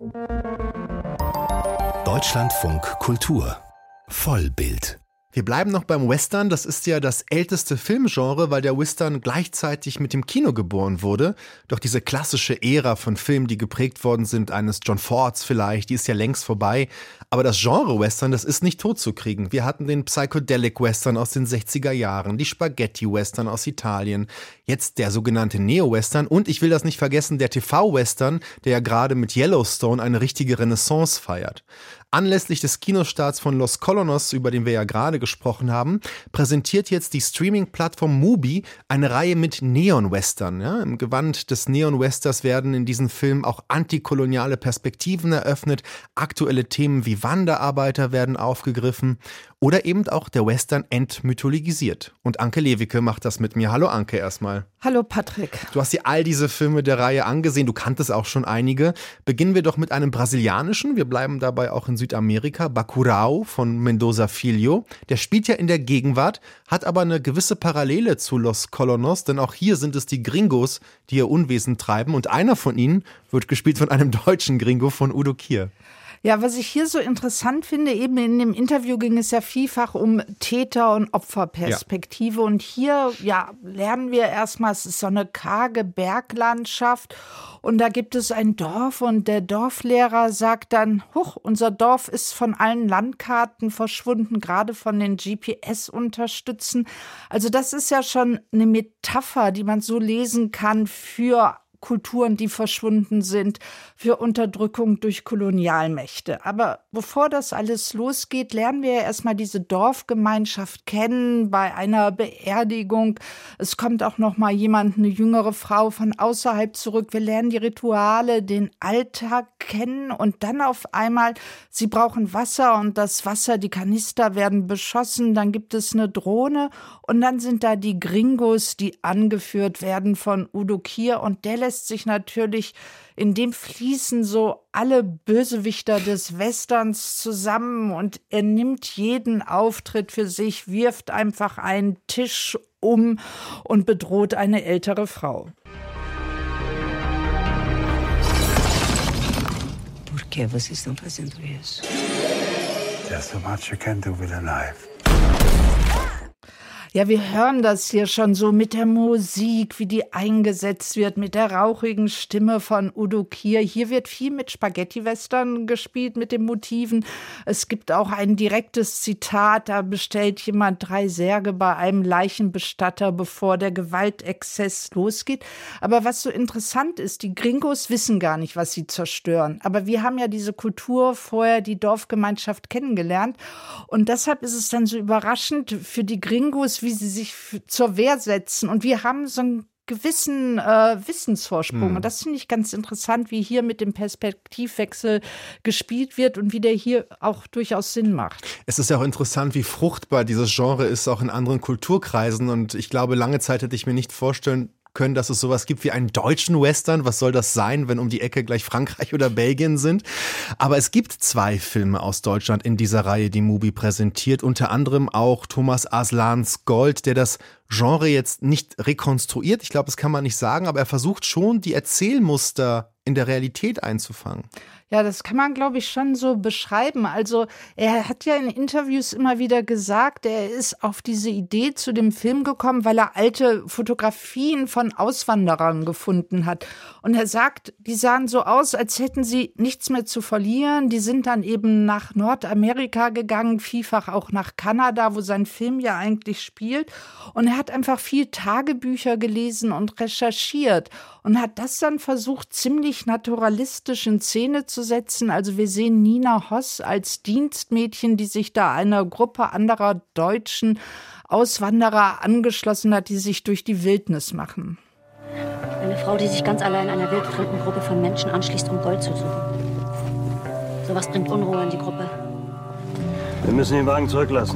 Deutschlandfunk Kultur Vollbild. Wir bleiben noch beim Western. Das ist ja das älteste Filmgenre, weil der Western gleichzeitig mit dem Kino geboren wurde. Doch diese klassische Ära von Filmen, die geprägt worden sind, eines John Fords vielleicht, die ist ja längst vorbei. Aber das Genre Western, das ist nicht totzukriegen. Wir hatten den Psychedelic Western aus den 60er Jahren, die Spaghetti Western aus Italien, jetzt der sogenannte Neo-Western und ich will das nicht vergessen, der TV-Western, der ja gerade mit Yellowstone eine richtige Renaissance feiert. Anlässlich des Kinostarts von Los Colonos, über den wir ja gerade gesprochen haben, präsentiert jetzt die Streaming-Plattform Mubi eine Reihe mit Neon-Western. Ja, im Gewand des Neon-Westers werden in diesen Filmen auch antikoloniale Perspektiven eröffnet, aktuelle Themen wie Wanderarbeiter werden aufgegriffen oder eben auch der Western entmythologisiert. Und Anke Lewicke macht das mit mir. Hallo Anke erstmal. Hallo Patrick. Du hast dir all diese Filme der Reihe angesehen, du kanntest auch schon einige. Beginnen wir doch mit einem brasilianischen, wir bleiben dabei auch in Südamerika, Bacurau von Mendoza Filho. Der spielt ja in der Gegenwart, hat aber eine gewisse Parallele zu Los Colonos, denn auch hier sind es die Gringos, die ihr Unwesen treiben und einer von ihnen wird gespielt von einem deutschen Gringo, von Udo Kier. Ja, was ich hier so interessant finde, eben in dem Interview ging es ja vielfach um Täter- und Opferperspektive. Ja. Und hier lernen wir erstmal, es ist so eine karge Berglandschaft und da gibt es ein Dorf und der Dorflehrer sagt dann, unser Dorf ist von allen Landkarten verschwunden, gerade von den GPS-Unterstützen. Also das ist ja schon eine Metapher, die man so lesen kann für Kulturen, die verschwunden sind, für Unterdrückung durch Kolonialmächte. Aber bevor das alles losgeht, lernen wir ja erstmal diese Dorfgemeinschaft kennen bei einer Beerdigung. Es kommt auch noch mal jemand, eine jüngere Frau von außerhalb zurück. Wir lernen die Rituale, den Alltag kennen und dann auf einmal, sie brauchen Wasser und das Wasser, die Kanister werden beschossen, dann gibt es eine Drohne und dann sind da die Gringos, die angeführt werden von Udo Kier und der lässt sich natürlich, in dem fließen so alle Bösewichter des Westerns zusammen und er nimmt jeden Auftritt für sich, wirft einfach einen Tisch um und bedroht eine ältere Frau. Por que vocês estão fazendo isso? There's so much you can do with a knife. Ja, wir hören das hier schon so mit der Musik, wie die eingesetzt wird, mit der rauchigen Stimme von Udo Kier. Hier wird viel mit Spaghetti-Western gespielt, mit den Motiven. Es gibt auch ein direktes Zitat, da bestellt jemand 3 Särge bei einem Leichenbestatter, bevor der Gewaltexzess losgeht. Aber was so interessant ist, die Gringos wissen gar nicht, was sie zerstören. Aber wir haben ja diese Kultur vorher, die Dorfgemeinschaft kennengelernt. Und deshalb ist es dann so überraschend für die Gringos, wie sie sich zur Wehr setzen. Und wir haben so einen gewissen Wissensvorsprung. Und das finde ich ganz interessant, wie hier mit dem Perspektivwechsel gespielt wird und wie der hier auch durchaus Sinn macht. Es ist ja auch interessant, wie fruchtbar dieses Genre ist, auch in anderen Kulturkreisen. Und ich glaube, lange Zeit hätte ich mir nicht vorstellen können, dass es sowas gibt wie einen deutschen Western. Was soll das sein, wenn um die Ecke gleich Frankreich oder Belgien sind? Aber es gibt 2 Filme aus Deutschland in dieser Reihe, die Mubi präsentiert. Unter anderem auch Thomas Aslans Gold, der das Genre jetzt nicht rekonstruiert. Ich glaube, das kann man nicht sagen, aber er versucht schon, die Erzählmuster in der Realität einzufangen. Ja, das kann man, glaube ich, schon so beschreiben. Also er hat ja in Interviews immer wieder gesagt, er ist auf diese Idee zu dem Film gekommen, weil er alte Fotografien von Auswanderern gefunden hat. Und er sagt, die sahen so aus, als hätten sie nichts mehr zu verlieren. Die sind dann eben nach Nordamerika gegangen, vielfach auch nach Kanada, wo sein Film ja eigentlich spielt. Und er hat einfach viel Tagebücher gelesen und recherchiert und hat das dann versucht, ziemlich naturalistisch in Szene zu setzen. Also wir sehen Nina Hoss als Dienstmädchen, die sich da einer Gruppe anderer deutschen Auswanderer angeschlossen hat, die sich durch die Wildnis machen. Eine Frau, die sich ganz allein einer wildfremden Gruppe von Menschen anschließt, um Gold zu suchen. Sowas bringt Unruhe in die Gruppe. Wir müssen den Wagen zurücklassen.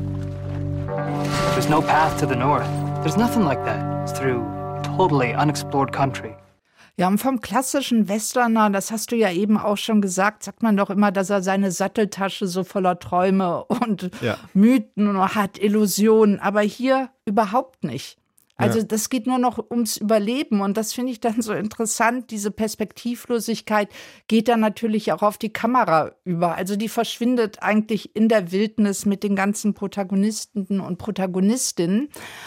There's no path to the north. There's nothing like that. It's through totally unexplored country. Ja, und vom klassischen Westerner, das hast du ja eben auch schon gesagt, sagt man doch immer, dass er seine Satteltasche so voller Träume und Mythen hat, Illusionen. Aber hier überhaupt nicht. Also das geht nur noch ums Überleben und das finde ich dann so interessant. Diese Perspektivlosigkeit geht dann natürlich auch auf die Kamera über. Also die verschwindet eigentlich in der Wildnis mit den ganzen Protagonisten und Protagonistinnen.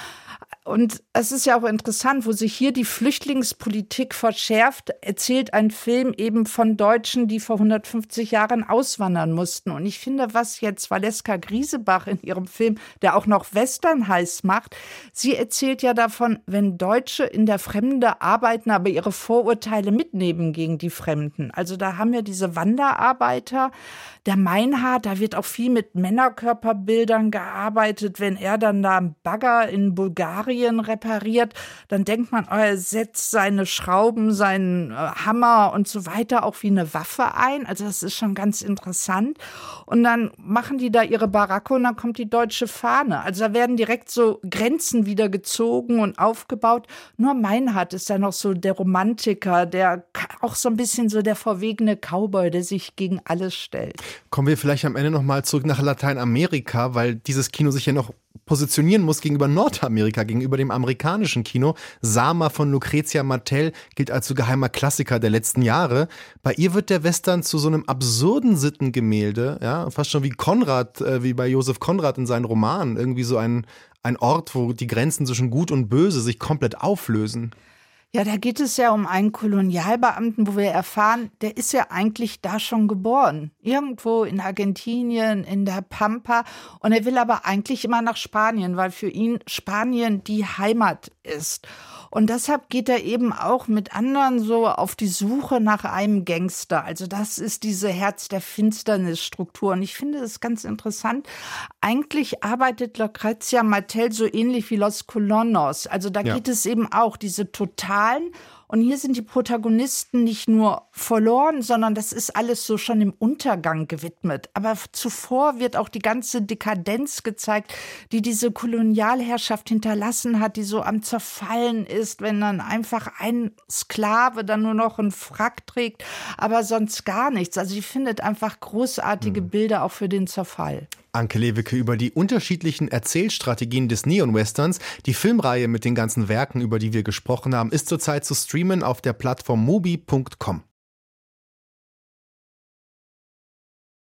Und es ist ja auch interessant, wo sich hier die Flüchtlingspolitik verschärft, erzählt ein Film eben von Deutschen, die vor 150 Jahren auswandern mussten. Und ich finde, was jetzt Valeska Griesebach in ihrem Film, der auch noch Western heißt, macht, sie erzählt ja davon, wenn Deutsche in der Fremde arbeiten, aber ihre Vorurteile mitnehmen gegen die Fremden. Also da haben wir diese Wanderarbeiter, der Meinhard, da wird auch viel mit Männerkörperbildern gearbeitet. Wenn er dann da einen Bagger in Bulgarien repariert, dann denkt man, er setzt seine Schrauben, seinen Hammer und so weiter auch wie eine Waffe ein. Also das ist schon ganz interessant. Und dann machen die da ihre Baracke und dann kommt die deutsche Fahne. Also da werden direkt so Grenzen wieder gezogen und aufgebaut. Nur Meinhard ist da noch so der Romantiker, der auch so ein bisschen so der verwegene Cowboy, der sich gegen alles stellt. Kommen wir vielleicht am Ende nochmal zurück nach Lateinamerika, weil dieses Kino sich ja noch positionieren muss gegenüber Nordamerika, gegenüber dem amerikanischen Kino. Sama von Lucrezia Martel gilt als so geheimer Klassiker der letzten Jahre. Bei ihr wird der Western zu so einem absurden Sittengemälde, ja, fast schon wie Konrad, wie bei Josef Konrad in seinen Romanen, irgendwie so ein Ort, wo die Grenzen zwischen Gut und Böse sich komplett auflösen. Ja, da geht es ja um einen Kolonialbeamten, wo wir erfahren, der ist ja eigentlich da schon geboren. Irgendwo in Argentinien, in der Pampa. Und er will aber eigentlich immer nach Spanien, weil für ihn Spanien die Heimat ist. Und deshalb geht er eben auch mit anderen so auf die Suche nach einem Gangster. Also das ist diese Herz der Finsternis-Struktur. Und ich finde das ganz interessant. Eigentlich arbeitet Lucrezia Martel so ähnlich wie Los Colonos. Also da geht es eben auch, diese totalen. Und hier sind die Protagonisten nicht nur verloren, sondern das ist alles so schon im Untergang gewidmet. Aber zuvor wird auch die ganze Dekadenz gezeigt, die diese Kolonialherrschaft hinterlassen hat, die so am Zerfallen ist, wenn dann einfach ein Sklave dann nur noch einen Frack trägt, aber sonst gar nichts. Also sie findet einfach großartige Bilder auch für den Zerfall. Anke Lewicke über die unterschiedlichen Erzählstrategien des Neon-Westerns. Die Filmreihe mit den ganzen Werken, über die wir gesprochen haben, ist zurzeit zu streamen auf der Plattform Mubi.com.